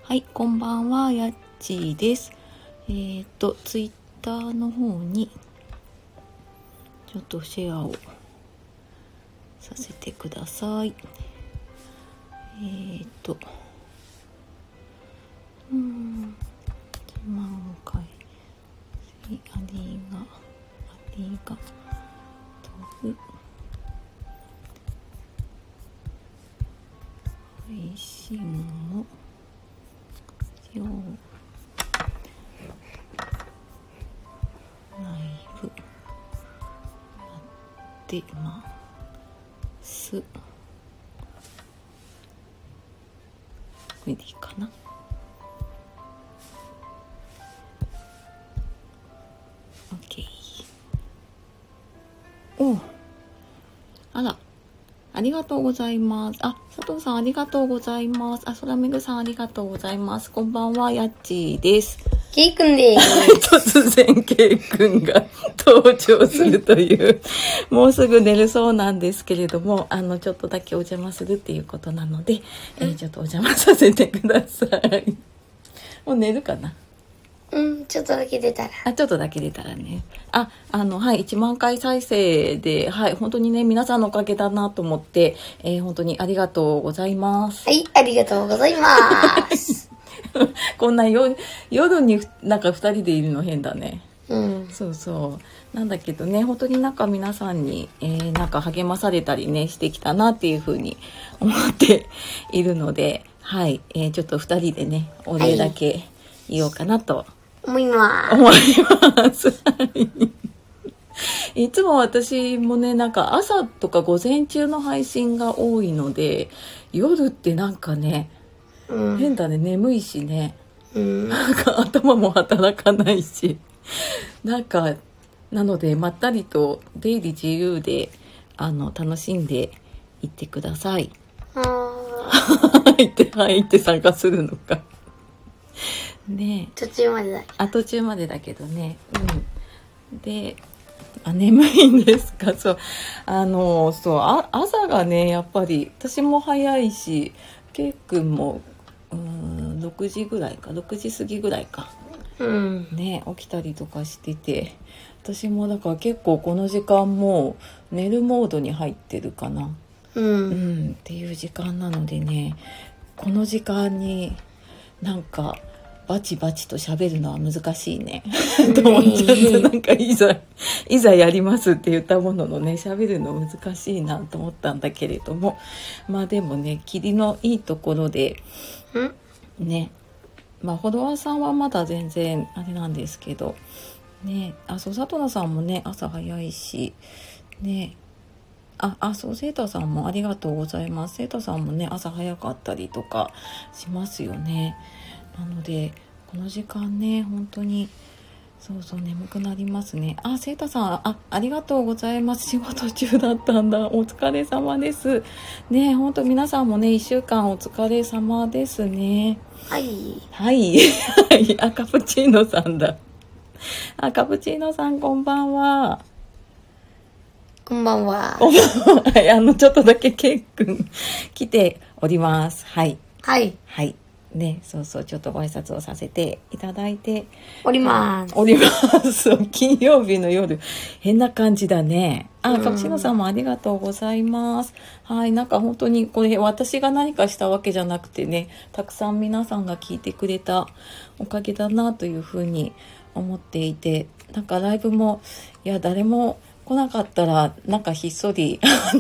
はい、こんばんは、やっちーです。ツイッターの方にちょっとシェアをさせてください。1万回ありがとう配信もライブやってますこれでいいかな。OK。 お、あら、ありがとうございます。佐藤さんありがとうございます。空めぐさんありがとうございます。こんばんは、やっちーです。 ケイくんです。 突然ケイくんが登場するというもうすぐ寝るそうなんですけれども、ちょっとだけお邪魔するっていうことなので、ちょっとお邪魔させてください。もう寝るかな。 ちょっとだけ出たら。 ちょっとだけ出たらね。はい、1万回再生で、はい、本当にね、皆さんのおかげだなと思って、本当にありがとうございます。 はい、ありがとうございます。 こんな夜になんか2人でいるの変だね。そうそうなんだけどね、本当になんか皆さんに、なんか励まされたりねしてきたなっていうふうに思っているので、はい、ちょっと2人でねお礼だけ言おうかなと、 思います。 いつも私もね、なんか朝とか午前中の配信が多いので、夜ってなんかね、変だね、眠いしね、なんか頭も働かないし、なんかなのでまったりと出入り自由で楽しんでいってください。入って参加するのかね。 途中までだ。 途中までだけどね。で、眠いんですか。そう朝がねやっぱり私も早いし、ケイ君も6時ぐらいか、6時過ぎぐらいか、ね、起きたりとかしてて、私もだから結構この時間もう寝るモードに入ってるかな、っていう時間なのでね、この時間になんかバチバチと喋るのは難しいねと思っちゃって、なんかいざやりますって言ったもののね、喋るの難しいなと思ったんだけれども、まあでもね、霧のいいところでね、フォロワーさんはまだ全然あれなんですけどね、佐藤さんもね朝早いしね、そうセータさんもありがとうございます。セータさんもね朝早かったりとかしますよね。なのでこの時間ね本当にそう眠くなりますね。セータさんありがとうございます。仕事中だったんだ。お疲れ様ですね。本当皆さんもね1週間お疲れ様ですね。はいカプチーノさんだ。カプチーノさんこんばんは。 こんばんは。 ちょっとだけケイ君来ております。はいね、そうちょっとご挨拶をさせていただいております。 金曜日の夜変な感じだね。カプチーノさんもありがとうございます。はい、なんか本当にこれ私が何かしたわけじゃなくてね、たくさん皆さんが聞いてくれたおかげだなというふうに思っていて、なんかライブも誰も来なかったらなんかひっそり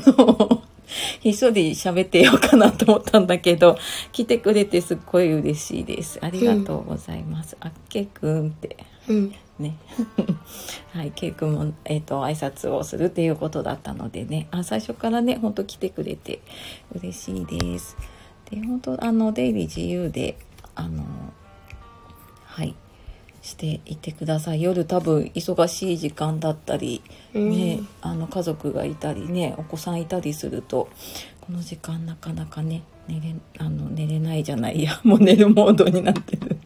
喋ってようかなと思ったんだけど、来てくれてすっごい嬉しいです。ありがとうございます。ケイ君ってねはい、ケイ君も挨拶をするっていうことだったのでね、最初からね本当来てくれて嬉しいです。で本当出入り自由ではいしていてください。夜多分忙しい時間だったりね、家族がいたりね、お子さんいたりするとこの時間なかなかね寝れないじゃないや、もう寝るモードになってる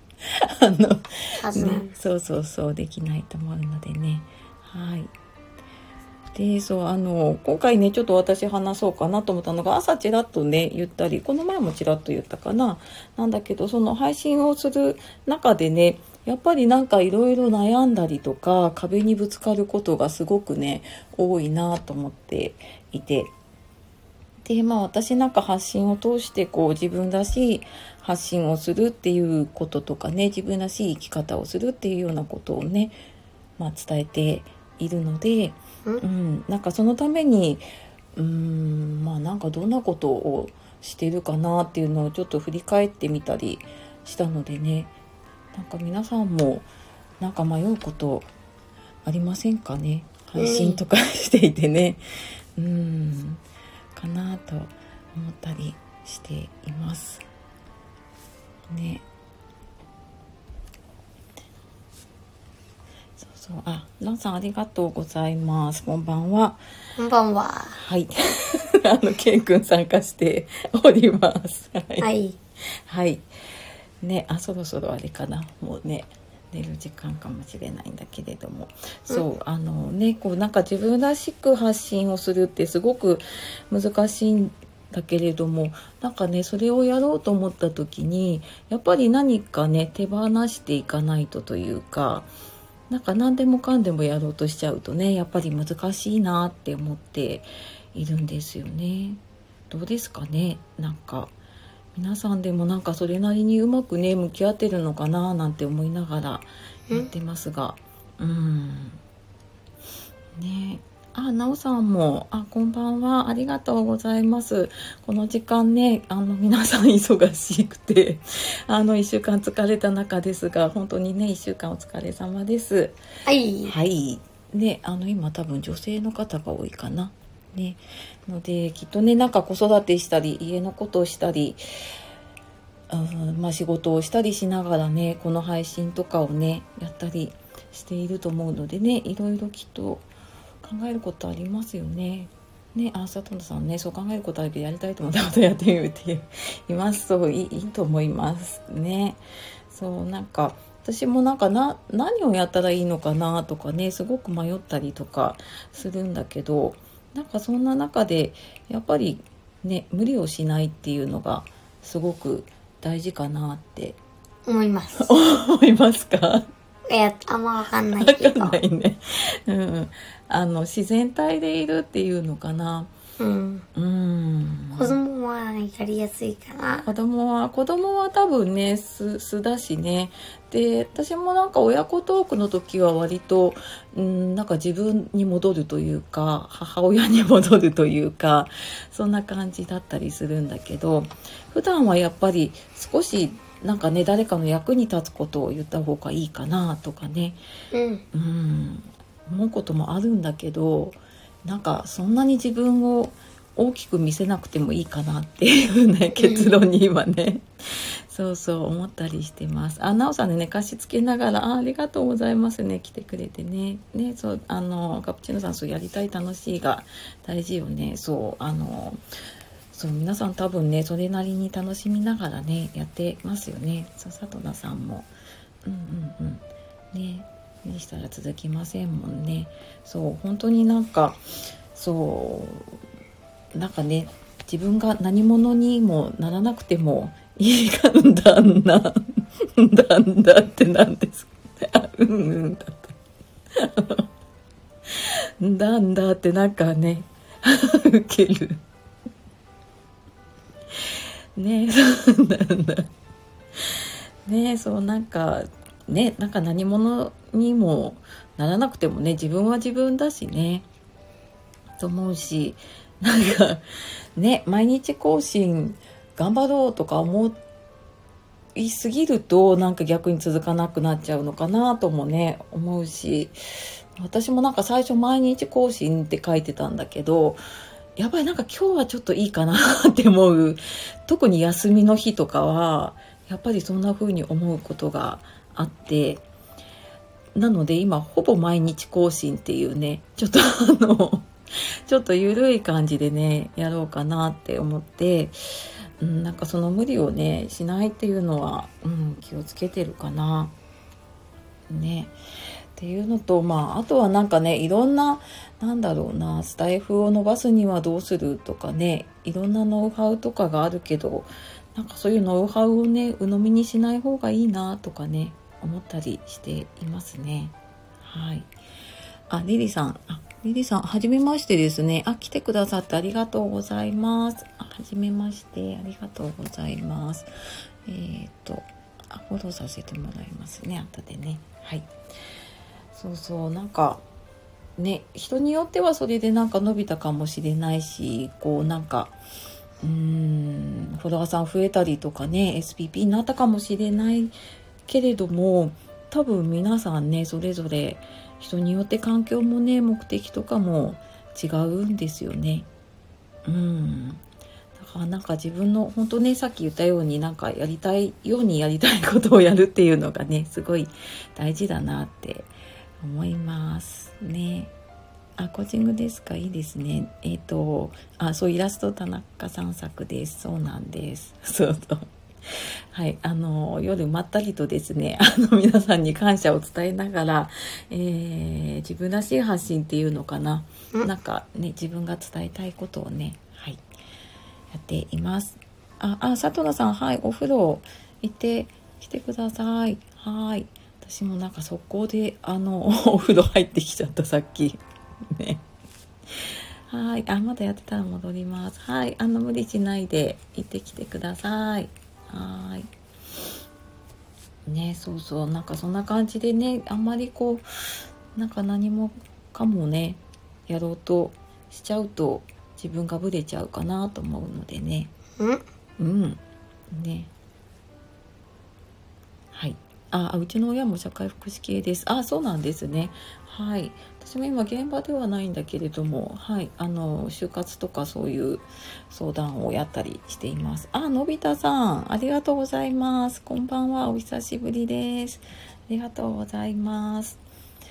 そうできないと思うのでね。はい。 で今回ねちょっと私話そうかなと思ったのが、朝ちらっとね言ったり、この前もちらっと言ったかな、なんだけど、その配信をする中でね、やっぱりなんかいろいろ悩んだりとか壁にぶつかることがすごくね多いなと思っていて、で私なんか発信を通して自分らしい発信をするっていうこととかね、自分らしい生き方をするっていうようなことをね、伝えているので、なんかそのためになんかどんなことをしてるかなっていうのをちょっと振り返ってみたりしたのでね、なんか皆さんもなんか迷うことありませんかね、配信とかしていてね、かなと思ったりしていますね。ランさんありがとうございます。こんばんは。 こんばんは。 はい。ケン君参加しております。 はい。 はい。ね、そろそろあれかな。もうね、寝る時間かもしれないんだけれども。なんか自分らしく発信をするってすごく難しいんだけれども、なんかね、それをやろうと思った時に、やっぱり何かね、手放していかないとというか、なんか何でもかんでもやろうとしちゃうとね、やっぱり難しいなって思っているんですよね。どうですかね。なんか皆さんでもなんかそれなりにうまくね向き合ってるのかななんて思いながらやってますが、ね。なおさんもこんばんは、ありがとうございます。この時間ね皆さん忙しくて1週間疲れた中ですが、本当にね1週間お疲れ様です。はいね、今多分女性の方が多いかなね、のできっとねなんか子育てしたり家のことをしたり仕事をしたりしながらね、この配信とかをねやったりしていると思うのでね、いろいろきっと考えることありますよね。佐藤さんね、そう考えることあるけどやりたいと思ったことやってみるっています。そういいと思いますね。そうなんか私もなんか何をやったらいいのかなとかね、すごく迷ったりとかするんだけど、なんかそんな中でやっぱりね無理をしないっていうのがすごく大事かなって思います思いますか？ あんま分かんないけど。 分かんないね。自然体でいるっていうのかな。 子供はやりやすいかな。 子供は多分ね素だしね。で私もなんか親子トークの時は割となんか自分に戻るというか母親に戻るというかそんな感じだったりするんだけど、普段はやっぱり少しなんかね誰かの役に立つことを言った方がいいかなとかね、思うこともあるんだけど、なんかそんなに自分を大きく見せなくてもいいかなっていうね結論に今ね、そう思ったりしてます。なおさんね貸し付けながらありがとうございますね、来てくれてね。そうカプチーノさん、そうやりたい楽しいが大事よね。そう皆さん多分ねそれなりに楽しみながらねやってますよね。佐藤さんもね無理したら続きませんもんね。そう本当になんかなんかね自分が何者にもならなくてもいいかんだんだってなんですか？だってだってなんかねウケるね。そうなんだね。そうなんかね、なんか何者にもならなくてもね自分は自分だしねと思うし、なんかね毎日更新頑張ろうとか思いすぎるとなんか逆に続かなくなっちゃうのかなともね思うし、私もなんか最初毎日更新って書いてたんだけど、やっぱりなんか今日はちょっといいかなって思う、特に休みの日とかはやっぱりそんな風に思うことがあって、なので今ほぼ毎日更新っていうねちょっとちょっと緩い感じでねやろうかなって思って、なんかその無理をねしないっていうのは、気をつけてるかなね。 っていうのと、あとはなんかね、いろんな、スタイフを伸ばすにはどうするとかね、いろんなノウハウとかがあるけど、なんかそういうノウハウをね、鵜呑みにしない方がいいなとかね、思ったりしていますね。はい。リリさん、はじめましてですね。来てくださってありがとうございます。はじめまして、ありがとうございます。フォローさせてもらいますね、後でね。はい。そう、なんか、ね、人によってはそれでなんか伸びたかもしれないし、こうなんか、フォロワーさん増えたりとかね、SPP になったかもしれないけれども、多分皆さんね、それぞれ人によって環境もね、目的とかも違うんですよね。だからなんか自分の本当ね、さっき言ったようになんかやりたいようにやりたいことをやるっていうのがね、すごい大事だなって思いますね。コーチングですか？いいですね。そう、イラスト田中さん作です。そうなんです。そう。はい、夜まったりとですね、皆さんに感謝を伝えながら、自分らしい発信っていうのかな、なんかね、自分が伝えたいことをね、はい、やっています。佐藤さん、はい、お風呂行ってきてください。はい、私もなんか速攻でお風呂入ってきちゃった、さっきね。はい、まだやってたら戻ります。はい、無理しないで行ってきてください。はいね、そう、なんかそんな感じでね、あんまりこうなんか何もかもねやろうとしちゃうと自分がブレちゃうかなと思うのでね。ね。はい。うちの親も社会福祉系です。そうなんですね。はい。私も今現場ではないんだけれども、はい。就活とかそういう相談をやったりしています。のび太さん、ありがとうございます。こんばんは。お久しぶりです。ありがとうございます。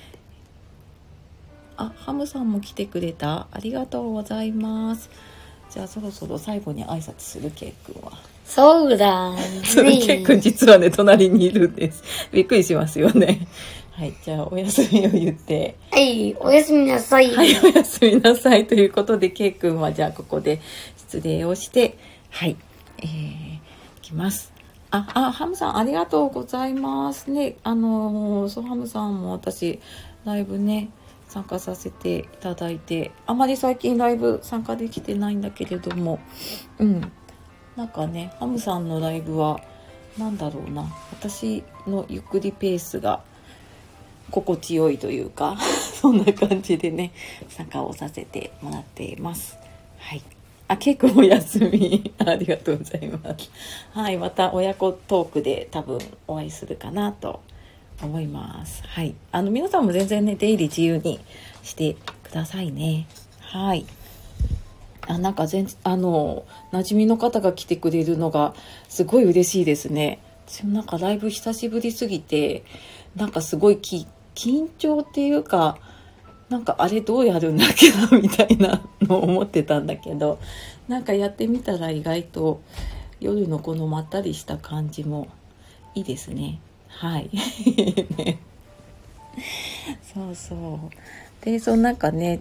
ハムさんも来てくれた。ありがとうございます。じゃあそろそろ最後に挨拶する、ケイ君は。 そうだね。 ケイ君実はね、隣にいるんです。びっくりしますよね。はい、じゃあお休みを言って。 はい、おやすみなさい。 はい、おやすみなさいということで、ケイ君はじゃあここで失礼をして、はい、いきます。ハムさんありがとうございますね。ハムさんも私ライブね参加させていただいて、あまり最近ライブ参加できてないんだけれども、なんかね、ハムさんのライブは私のゆっくりペースが心地よいというかそんな感じでね参加をさせてもらっています。はい。結構お休みありがとうございます。はい、また親子トークで多分お会いするかなと思います。はい。皆さんも全然ね出入り自由にしてくださいね。はい。なんか馴染みの方が来てくれるのがすごい嬉しいですね。私もなんかライブ久しぶりすぎて、なんかすごい緊張っていうか、なんかあれどうやるんだっけなみたいなのを思ってたんだけど、なんかやってみたら意外と夜のこのまったりした感じもいいですね。はいね、そうで、なんかね、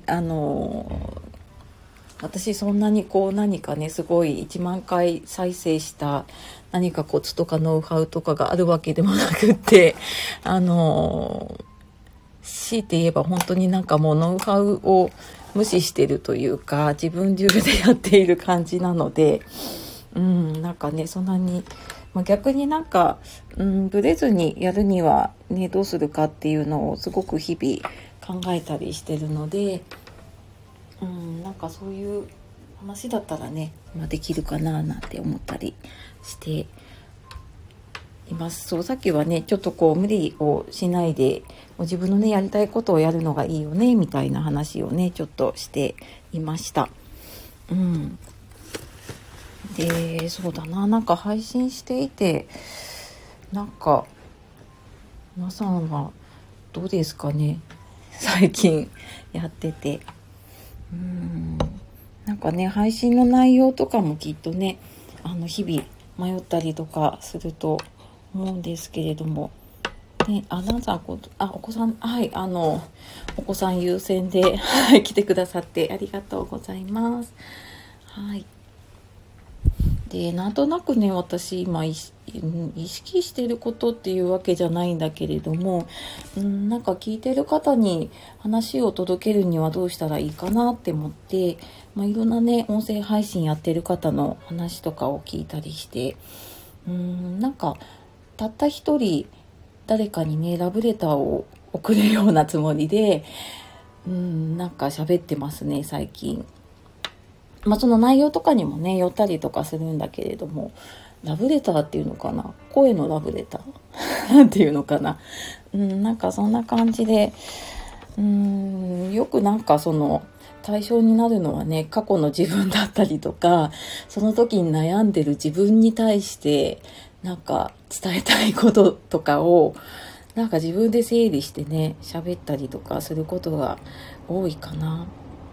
私そんなにこう何かねすごい1万回再生した何かコツとかノウハウとかがあるわけでもなくって、強いて言えば本当になんかもうノウハウを無視してるというか、自分流でやっている感じなので、なんかねそんなに、逆になんか、ブレずにやるにはねどうするかっていうのをすごく日々考えたりしてるので、なんかそういう話だったらね、できるかななんて思ったりしています。そう、さっきはねちょっとこう無理をしないで自分のねやりたいことをやるのがいいよねみたいな話をねちょっとしていました。で、そうだな、なんか配信していて、なんか皆さんはどうですかね、最近やってて。なんかね配信の内容とかもきっとね日々迷ったりとかすると思うんですけれども、 ね、ランさんお子さん、はい、お子さん優先で、はい、来てくださってありがとうございます。はい。で、なんとなくね、私今意識してることっていうわけじゃないんだけれども、なんか聞いてる方に話を届けるにはどうしたらいいかなって思って、いろんなね、音声配信やってる方の話とかを聞いたりして、なんかたった一人誰かにねラブレターを送るようなつもりでなんか喋ってますね最近。その内容とかにもね寄ったりとかするんだけれども、ラブレターっていうのかな、声のラブレターなんていうのかな、なんかそんな感じでよくなんかその対象になるのはね過去の自分だったりとか、その時に悩んでる自分に対してなんか伝えたいこととかをなんか自分で整理してね喋ったりとかすることが多いかな。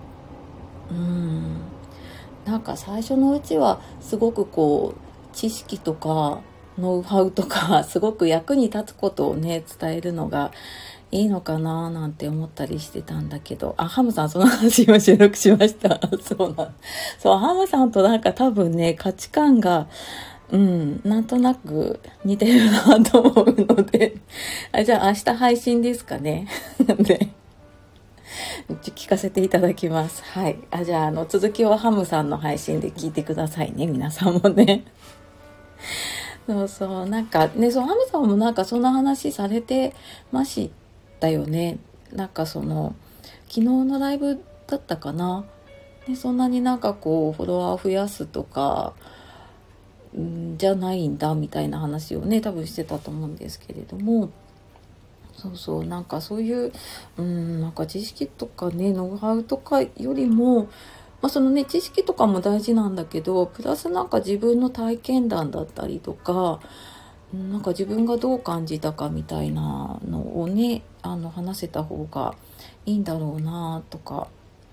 なんか最初のうちはすごくこう知識とかノウハウとかすごく役に立つことをね伝えるのがいいのかななんて思ったりしてたんだけど、ハムさんその話今収録しましたそうハムさんとなんか多分ね価値観がなんとなく似てるなと思うのでじゃあ明日配信ですかねで聞かせていただきます。はい。じゃあ、続きはハムさんの配信で聞いてくださいね。皆さんもね。そうそう。なんかね、ハムさんもなんかそんな話されてましたよね。なんか昨日のライブだったかな。でそんなになんかこう、フォロワー増やすとか、じゃないんだみたいな話をね、多分してたと思うんですけれども、そうなんかそういうなんか知識とかねノウハウとかよりも、そのね知識とかも大事なんだけど、プラスなんか自分の体験談だったりとか、なんか自分がどう感じたかみたいなのをね話せた方がいいんだろうなとか、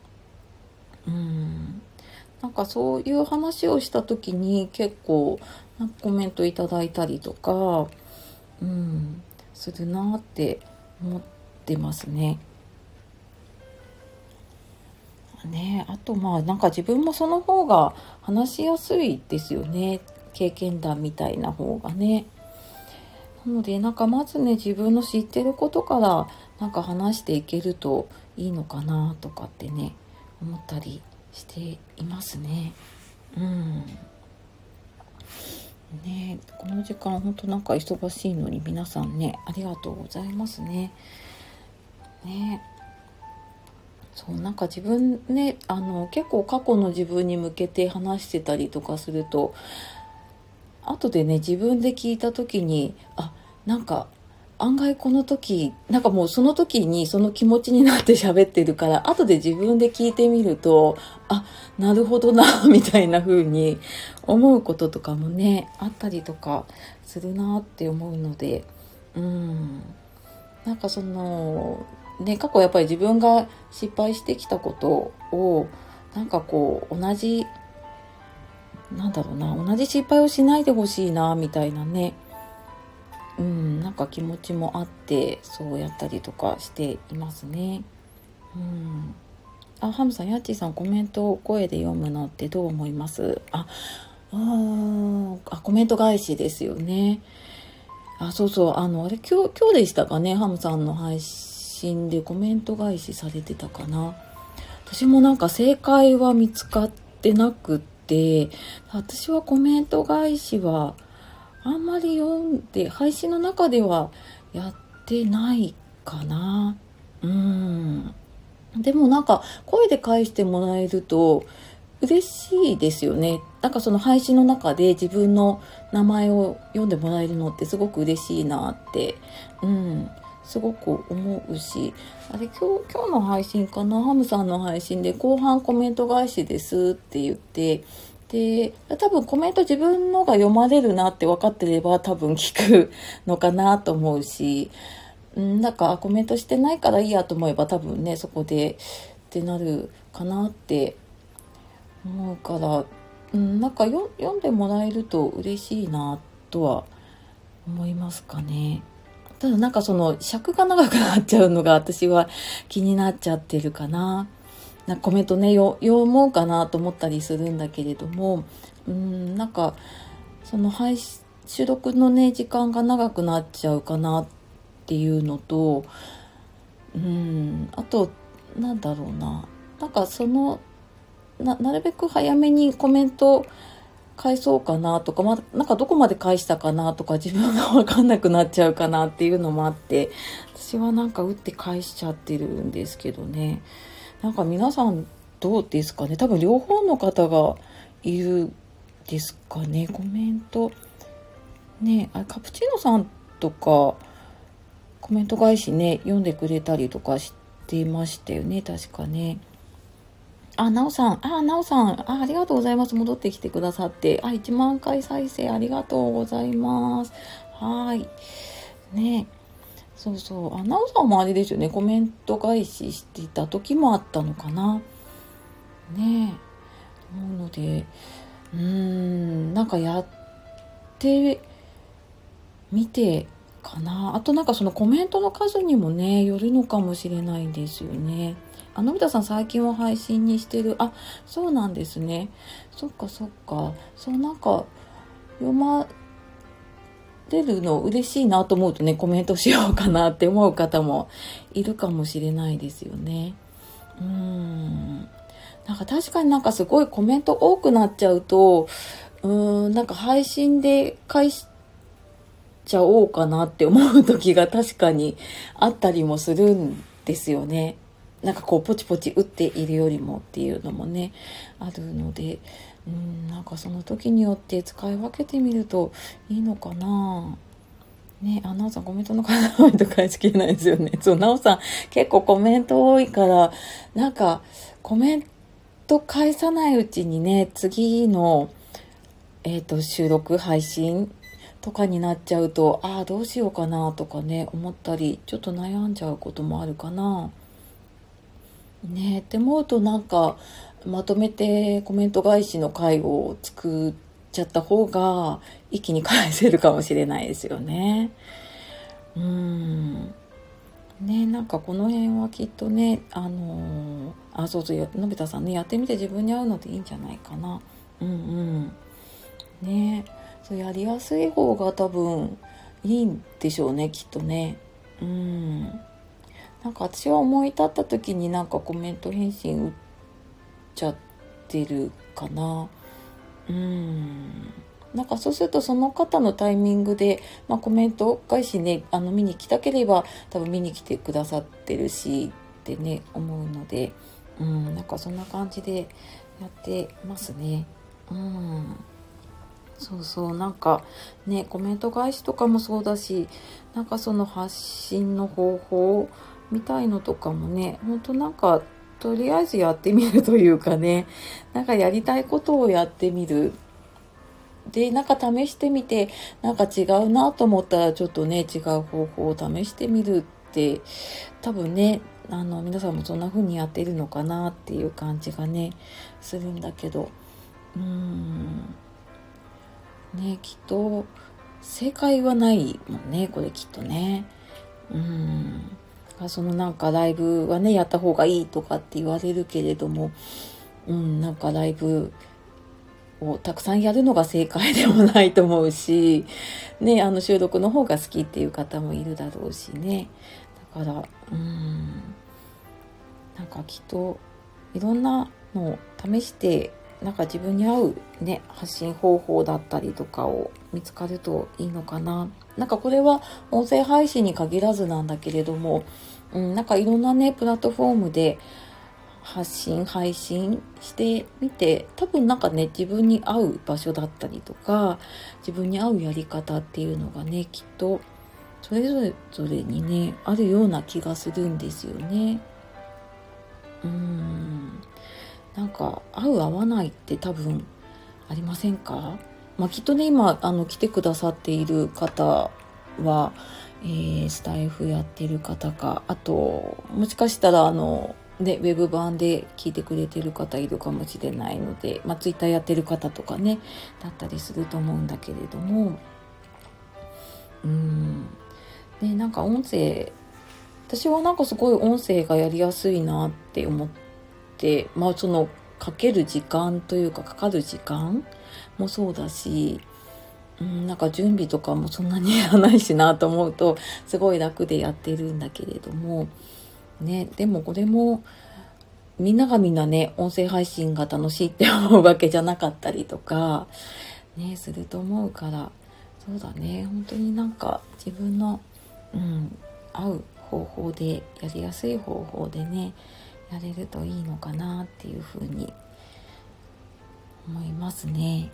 なんかそういう話をした時に結構なんかコメントいただいたりとかするなって思ってますね。あとなんか自分もその方が話しやすいですよね。経験談みたいな方がね。なのでなんかまずね自分の知ってることからなんか話していけるといいのかなとかってね思ったりしていますね。この時間本当なんか忙しいのに皆さんねありがとうございますね。そうなんか自分ね結構過去の自分に向けて話してたりとかすると後でね自分で聞いた時になんか案外この時なんかもうその時にその気持ちになって喋ってるから後で自分で聞いてみるとなるほどなみたいな風に思うこととかもねあったりとかするなって思うのでなんか過去やっぱり自分が失敗してきたことをなんかこう同じ失敗をしないでほしいなみたいなねなんか気持ちもあってそうやったりとかしていますね。ハムさん、ヤッチーさんコメントを声で読むのってどう思います？コメント返しですよね。そうあれ今日でしたかね、ハムさんの配信でコメント返しされてたかな。私もなんか正解は見つかってなくって私はコメント返しはあんまり読んで配信の中ではやってないかな。でもなんか声で返してもらえると嬉しいですよね。なんかその配信の中で自分の名前を読んでもらえるのってすごく嬉しいなってすごく思うし、今日の配信かな、ハムさんの配信で後半コメント返しですって言ってで多分コメント自分のが読まれるなって分かってれば多分聞くのかなと思うし、なんかコメントしてないからいいやと思えば多分ねそこでってなるかなって思うから、なんか読んでもらえると嬉しいなとは思いますかね。 ただなんかその尺が長くなっちゃうのが私は気になっちゃってるかな。なんかコメントね、読もうかなと思ったりするんだけれども、なんかその収録のね、時間が長くなっちゃうかなっていうのと、あと、なんだろうな。なんかなるべく早めにコメント返そうかなとか、なんかどこまで返したかなとか自分がわかんなくなっちゃうかなっていうのもあって、私はなんか打って返しちゃってるんですけどね。なんか皆さんどうですかね。多分両方の方がいるですかね。コメント。ね、カプチーノさんとかコメント返しね、読んでくれたりとかしてましたよね。確かね。なおさん、ありがとうございます。戻ってきてくださって。1万回再生ありがとうございます。はい。ね。そうそう。なおさんもあれですよね。コメント返ししていた時もあったのかな。ね。なので、なんかやってみてかな。あとなんかそのコメントの数にもね、よるのかもしれないんですよね。のび太さん最近は配信にしてる。そうなんですね。そっか。そうなんか読まれるの嬉しいなと思うとね、コメントしようかなって思う方もいるかもしれないですよね。なんか確かになんかすごいコメント多くなっちゃうと、なんか配信で返しちゃおうかなって思う時が確かにあったりもするんですよね。なんかこうポチポチ打っているよりもっていうのもねあるので、なんかその時によって使い分けてみるといいのかな。ね、なおさんコメントの数多いと返しきれないですよね。そう、なおさん結構コメント多いからなんかコメント返さないうちにね、次の収録配信とかになっちゃうと、どうしようかなとかね思ったり、ちょっと悩んじゃうこともあるかな。ねって思うと、なんかまとめてコメント返しの回を作っちゃった方が一気に返せるかもしれないですよね。なんかこの辺はきっとね、そうそう、のび太さんね、やってみて自分に合うのでいいんじゃないかな。ね、そうやりやすい方が多分いいんでしょうね、きっとね。なんか私は思い立った時になんかコメント返信打っちゃってるかな。なんかそうするとその方のタイミングで、コメント返しね、見に来たければ多分見に来てくださってるしってね思うので、なんかそんな感じでやってますね。そうなんかね、コメント返しとかもそうだし、なんかその発信の方法みたいのとかもね、ほんとなんかとりあえずやってみるというかね、なんかやりたいことをやってみる。で、なんか試してみて、なんか違うなと思ったらちょっとね、違う方法を試してみるって、多分ね、皆さんもそんな風にやってるのかなっていう感じがね、するんだけど、ね、きっと正解はないもんね、これきっとね。そのなんかライブはね、やった方がいいとかって言われるけれども、なんかライブをたくさんやるのが正解でもないと思うし、ね、収録の方が好きっていう方もいるだろうしね。だから、なんかきっといろんなのを試して、なんか自分に合うね、発信方法だったりとかを見つかるといいのかな。なんかこれは音声配信に限らずなんだけれども、なんかいろんなね、プラットフォームで配信してみて、多分なんかね、自分に合う場所だったりとか、自分に合うやり方っていうのがね、きっとそれぞれにね、あるような気がするんですよね。なんか合う合わないって多分ありませんか？きっとね、今来てくださっている方は、スタイフやってる方か、あともしかしたらウェブ版で聞いてくれてる方いるかもしれないので、ツイッターやってる方とかねだったりすると思うんだけれども、 ね、なんか音声、私はなんかすごい音声がやりやすいなって思って、そのかける時間というかかかる時間もそうだし、なんか準備とかもそんなにやらないしなと思うとすごい楽でやってるんだけれどもね。でもこれもみんながみんなね、音声配信が楽しいって思うわけじゃなかったりとかね、すると思うから、そうだね、本当になんか自分の合う方法で、やりやすい方法でね、やれるといいのかなっていうふうに思いますね。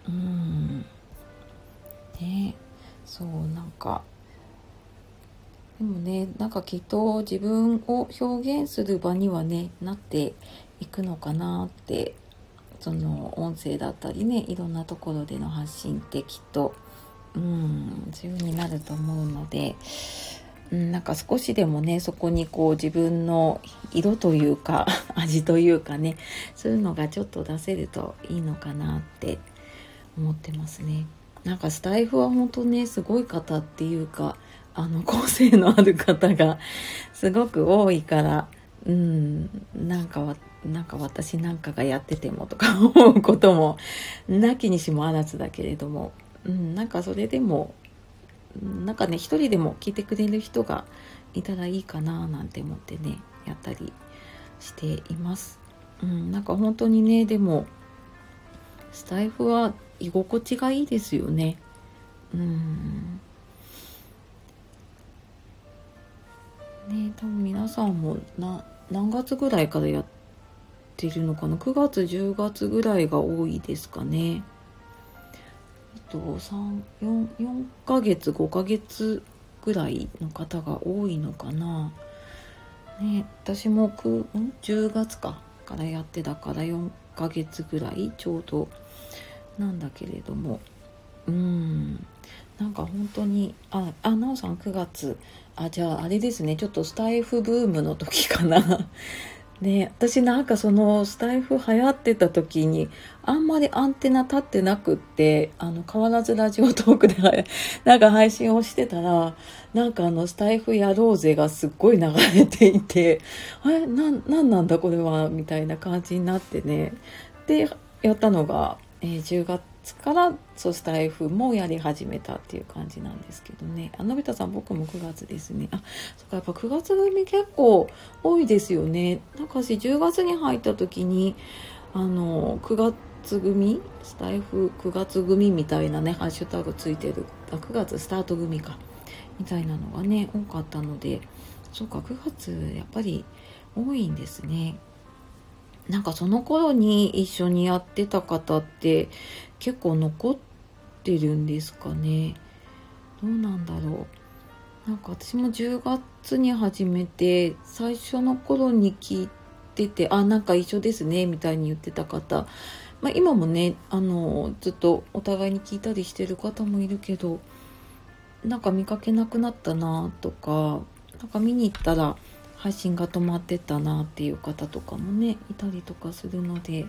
ね、そうなんかでもね、なんかきっと自分を表現する場にはねなっていくのかなって、その音声だったりね、いろんなところでの発信ってきっとそういう風になると思うので、なんか少しでもね、そこにこう自分の色というか味というかね、そういうのがちょっと出せるといいのかなって思ってますね。なんかスタイフは本当ね、すごい方っていうか、個性のある方がすごく多いから、なんか私なんかがやっててもとか思うこともなきにしもあらずだけれども、なんかそれでもなんかね、一人でも聞いてくれる人がいたらいいかななんて思ってね、やったりしています。なんか本当にね、でもスタイフは居心地がいいですよね。ね、多分皆さんも何月ぐらいからやってるのかな。9月10月ぐらいが多いですかね。4ヶ月5ヶ月ぐらいの方が多いのかな、ね。私も10月からやってたから4ヶ月ぐらいちょうどなんだけれども、なんか本当になおさん9月、じゃああれですね、ちょっとスタイフブームの時かなね、私なんかそのスタイフ流行ってた時にあんまりアンテナ立ってなくって、変わらずラジオトークでなんか配信をしてたら、なんかスタイフやろうぜがすっごい流れていて、なんなんだこれはみたいな感じになってね。でやったのが、10月からスタイフもやり始めたっていう感じなんですけどね。のび太さん、僕も9月ですね。そっか、やっぱ9月組結構多いですよね。なんか10月に入った時に9月組、スタイフ9月組みたいなねハッシュタグついてる、9月スタート組かみたいなのがね多かったので、そうか、9月やっぱり多いんですね。なんかその頃に一緒にやってた方って結構残ってるんですかね。どうなんだろう。なんか私も10月に始めて最初の頃に聞いてて、なんか一緒ですねみたいに言ってた方、今もねずっとお互いに聞いたりしてる方もいるけど、なんか見かけなくなったなとか、なんか見に行ったら配信が止まってたなっていう方とかもねいたりとかするので、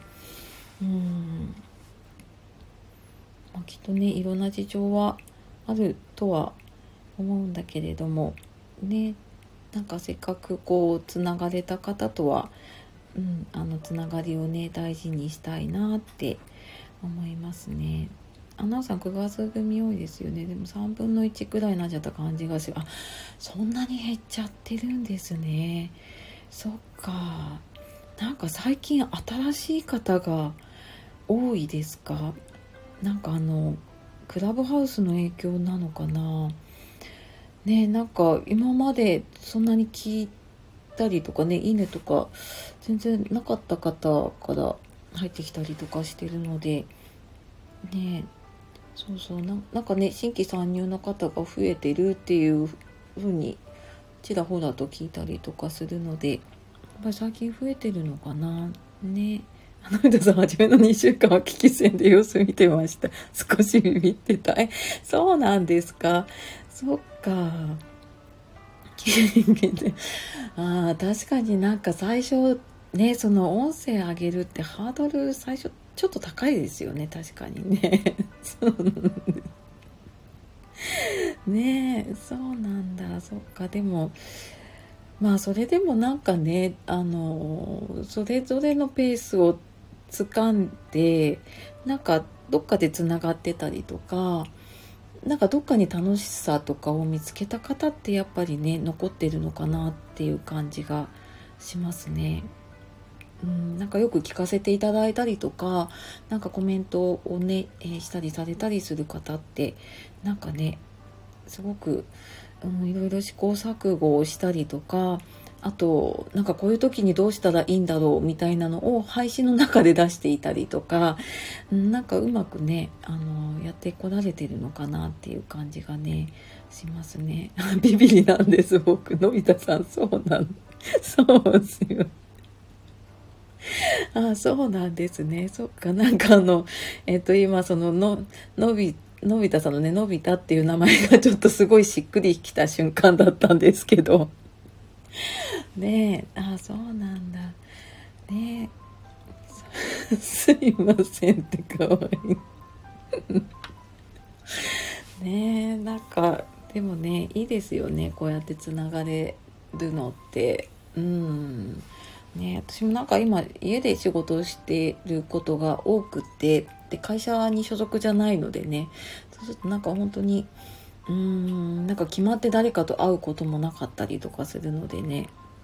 きっとねいろんな事情はあるとは思うんだけれどもね、なんかせっかくこうつながれた方とは、つながりをね大事にしたいなって思いますね。なおさん9月組多いですよね。でも3分の1くらいになっちゃった感じがする。そんなに減っちゃってるんですね。そっか。なんか最近新しい方が多いですか？なんかクラブハウスの影響なのかなね。なんか今までそんなに聞いたりとかね、いいねとか全然なかった方から入ってきたりとかしてるのでね。そうなんかね、新規参入の方が増えてるっていう風にちらほらと聞いたりとかするので、やっぱり最近増えてるのかなね。花田さん、初めの2週間は危機戦で様子見てました。少しビビってた。そうなんですか。そっか。確かになんか最初ね、その音声上げるってハードル最初ちょっと高いですよね。確かにね。そうねえ、そうなんだ。そっか。でもまあそれでもなんかね、それぞれのペースを掴んで、なんかどっかでつながってたりとか、なんかどっかに楽しさとかを見つけた方ってやっぱりね残ってるのかなっていう感じがしますね。なんかよく聞かせていただいたりとか、なんかコメントをね、したりされたりする方ってなんかねすごく、いろいろ試行錯誤をしたりとか、あとなんかこういう時にどうしたらいいんだろうみたいなのを配信の中で出していたりとか、なんかうまくねやってこられてるのかなっていう感じがねしますね。ビビリなんです僕。のび太さんそうなんそうですよ。あ、そうなんですね。そっか、なんか今のび太さんのね、のび太っていう名前がちょっとすごいしっくりきた瞬間だったんですけど。ねえ、あ、そうなんだ。ねえ、すいませんってかわいい。ねえ、なんか、でもね、いいですよね。こうやってつながれるのって。ね、私もなんか今家で仕事をしてることが多くて、で会社に所属じゃないのでね、そうするとなんか本当になんか決まって誰かと会うこともなかったりとかするのでね、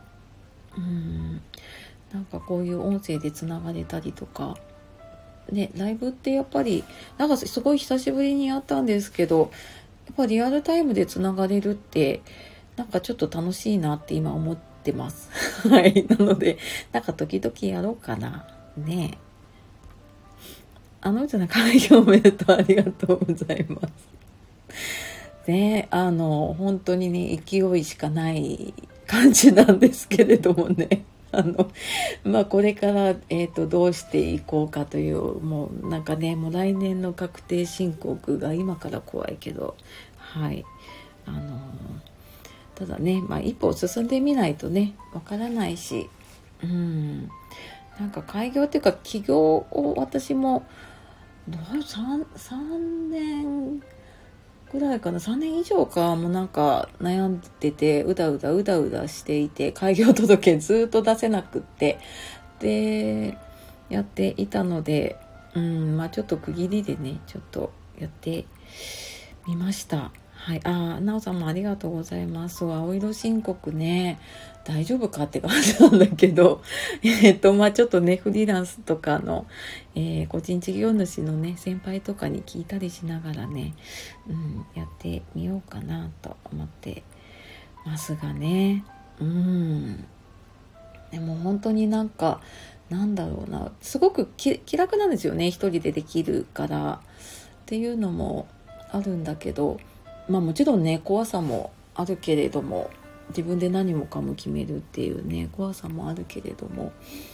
なんかこういう音声でつながれたりとかね、ライブってやっぱりなんかすごい久しぶりにやったんですけど、やっぱリアルタイムでつながれるってなんかちょっと楽しいなって今思ってます。はい。なので、なんか時々やろうかな。ねえ。じゃない、開業おめでとう。ありがとうございます。ねえ、本当にね、勢いしかない感じなんですけれどもね。まあこれから、どうしていこうかという、もうなんかね、もう来年の確定申告が今から怖いけど、はい。ただね、まあ、一歩進んでみないとねわからないし、なんか開業っていうか起業を私も3年ぐらいかな、3年以上かもなんか悩んでて、うだうだしていて、開業届ずっと出せなくって、でやっていたので、まあちょっと区切りでねちょっとやってみました。はい、なおさんもありがとうございます。そう、青色申告ね、大丈夫かって感じなんだけど、まあちょっとね、フリーランスとかの、個人事業主のね、先輩とかに聞いたりしながらね、やってみようかなと思ってますがね。でも本当になんか、なんだろうな、すごく気楽なんですよね、一人でできるからっていうのもあるんだけど、まあもちろんね怖さもあるけれども、自分で何もかも決めるっていうね怖さもあるけれども、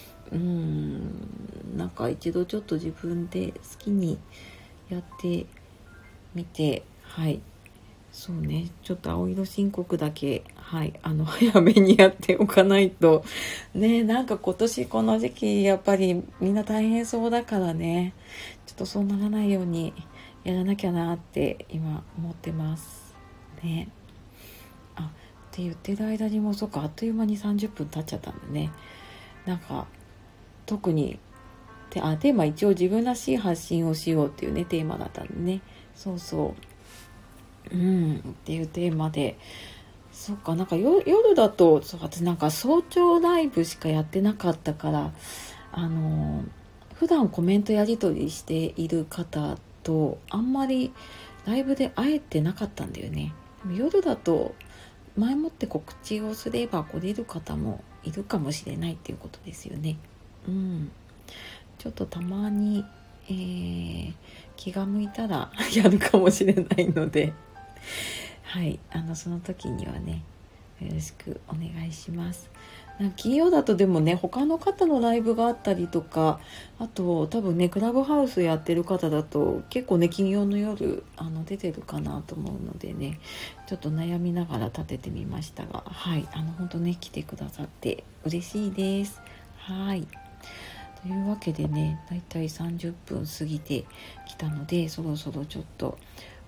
なんか一度ちょっと自分で好きにやってみて、はい、そうね、ちょっと青色申告だけ、はい、早めにやっておかないとね。なんか今年この時期やっぱりみんな大変そうだからね、ちょっとそうならないようにやらなきゃなって今思ってますね。って言ってる間にもそうか、あっという間に30分経っちゃったんだね。なんか特にテーマ一応自分らしい発信をしようっていうねテーマだったんでね。そうそうっていうテーマで、そっか、なんか夜だと、そう、私なんか早朝ライブしかやってなかったから、普段コメントやり取りしている方とあんまりライブで会えてなかったんだよね。でも夜だと前もって告知をすれば来れる方もいるかもしれないっていうことですよね。ちょっとたまに、気が向いたらやるかもしれないのではい、その時にはねよろしくお願いします。金曜だとでもね他の方のライブがあったりとか、あと多分ねクラブハウスやってる方だと結構ね金曜の夜出てるかなと思うのでね、ちょっと悩みながら立ててみましたが、はい、本当ね来てくださって嬉しいです。はい、というわけでねだいたい30分過ぎてきたので、そろそろちょっと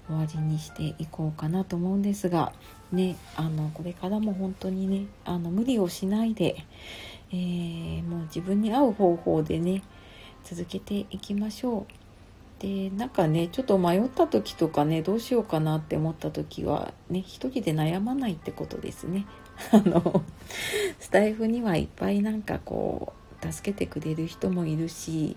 終わりにしていこうかなと思うんですがね、これからも本当にね無理をしないで、もう自分に合う方法でね続けていきましょう。でなんかねちょっと迷った時とかねどうしようかなって思った時はね一人で悩まないってことですね。スタイフにはいっぱいなんかこう助けてくれる人もいるし、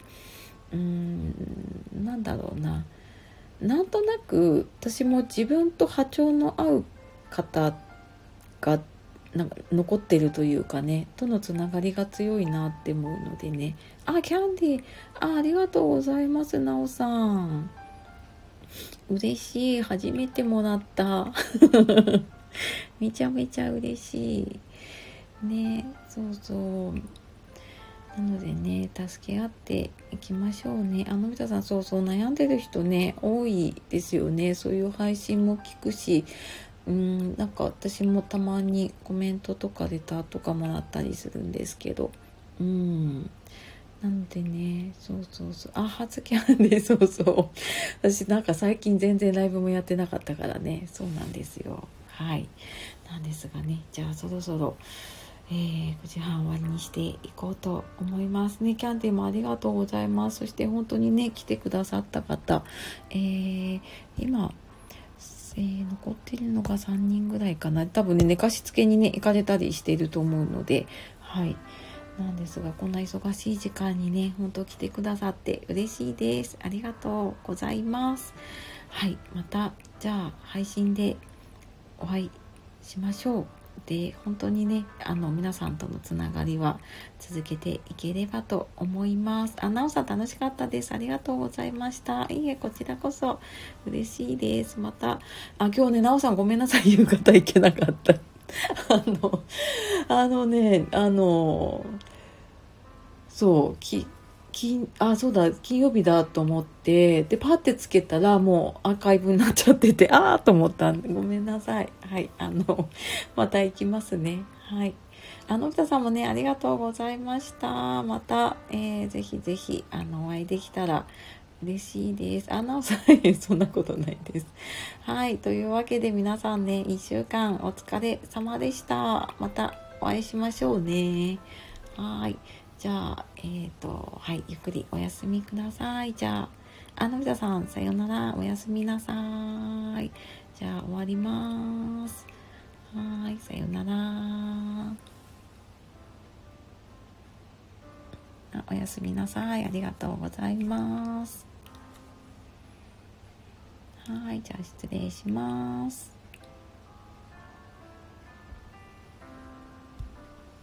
なんだろうな、なんとなく私も自分と波長の合う方がなんか残ってるというかねとのつながりが強いなって思うのでね。キャンディー、ありがとうございます。なおさん嬉しい、初めてもらっためちゃめちゃ嬉しいね。そうなのでね助け合っていきましょうね。のび太さん、そう悩んでる人ね多いですよね。そういう配信も聞くし、なんか私もたまにコメントとかレターとかもらったりするんですけど、なのでね、そう初キャンで私なんか最近全然ライブもやってなかったからね、そうなんですよ。はいなんですがね、じゃあそろそろ9時半終わりにしていこうと思いますね。キャンディーもありがとうございます。そして本当にね来てくださった方、今、残ってるのが3人ぐらいかな。多分ね寝かしつけにね行かれたりしていると思うので、はいなんですが、こんな忙しい時間にね本当来てくださって嬉しいです。ありがとうございます。はいまたじゃあ配信でお会いしましょう。で本当にね皆さんとのつながりは続けていければと思います。なおさん楽しかったです。ありがとうございました。いいえこちらこそ嬉しいです。また今日ねなおさんごめんなさい、夕方行けなかったそうだ金曜日だと思ってでパッてつけたらもうアーカイブになっちゃっててと思ったんでごめんなさい。はいまた行きますね。はいのび太さんもねありがとうございました。また、ぜひぜひお会いできたら嬉しいです。なおさんそんなことないです。はいというわけで皆さんね1週間お疲れ様でした。またお会いしましょうね。はいじゃあはいゆっくりお休みください。じゃあのび太さんさようなら、おやすみなさい。じゃあ終わります。はいさようなら。おやすみなさい。ありがとうございます。はいじゃあ失礼します。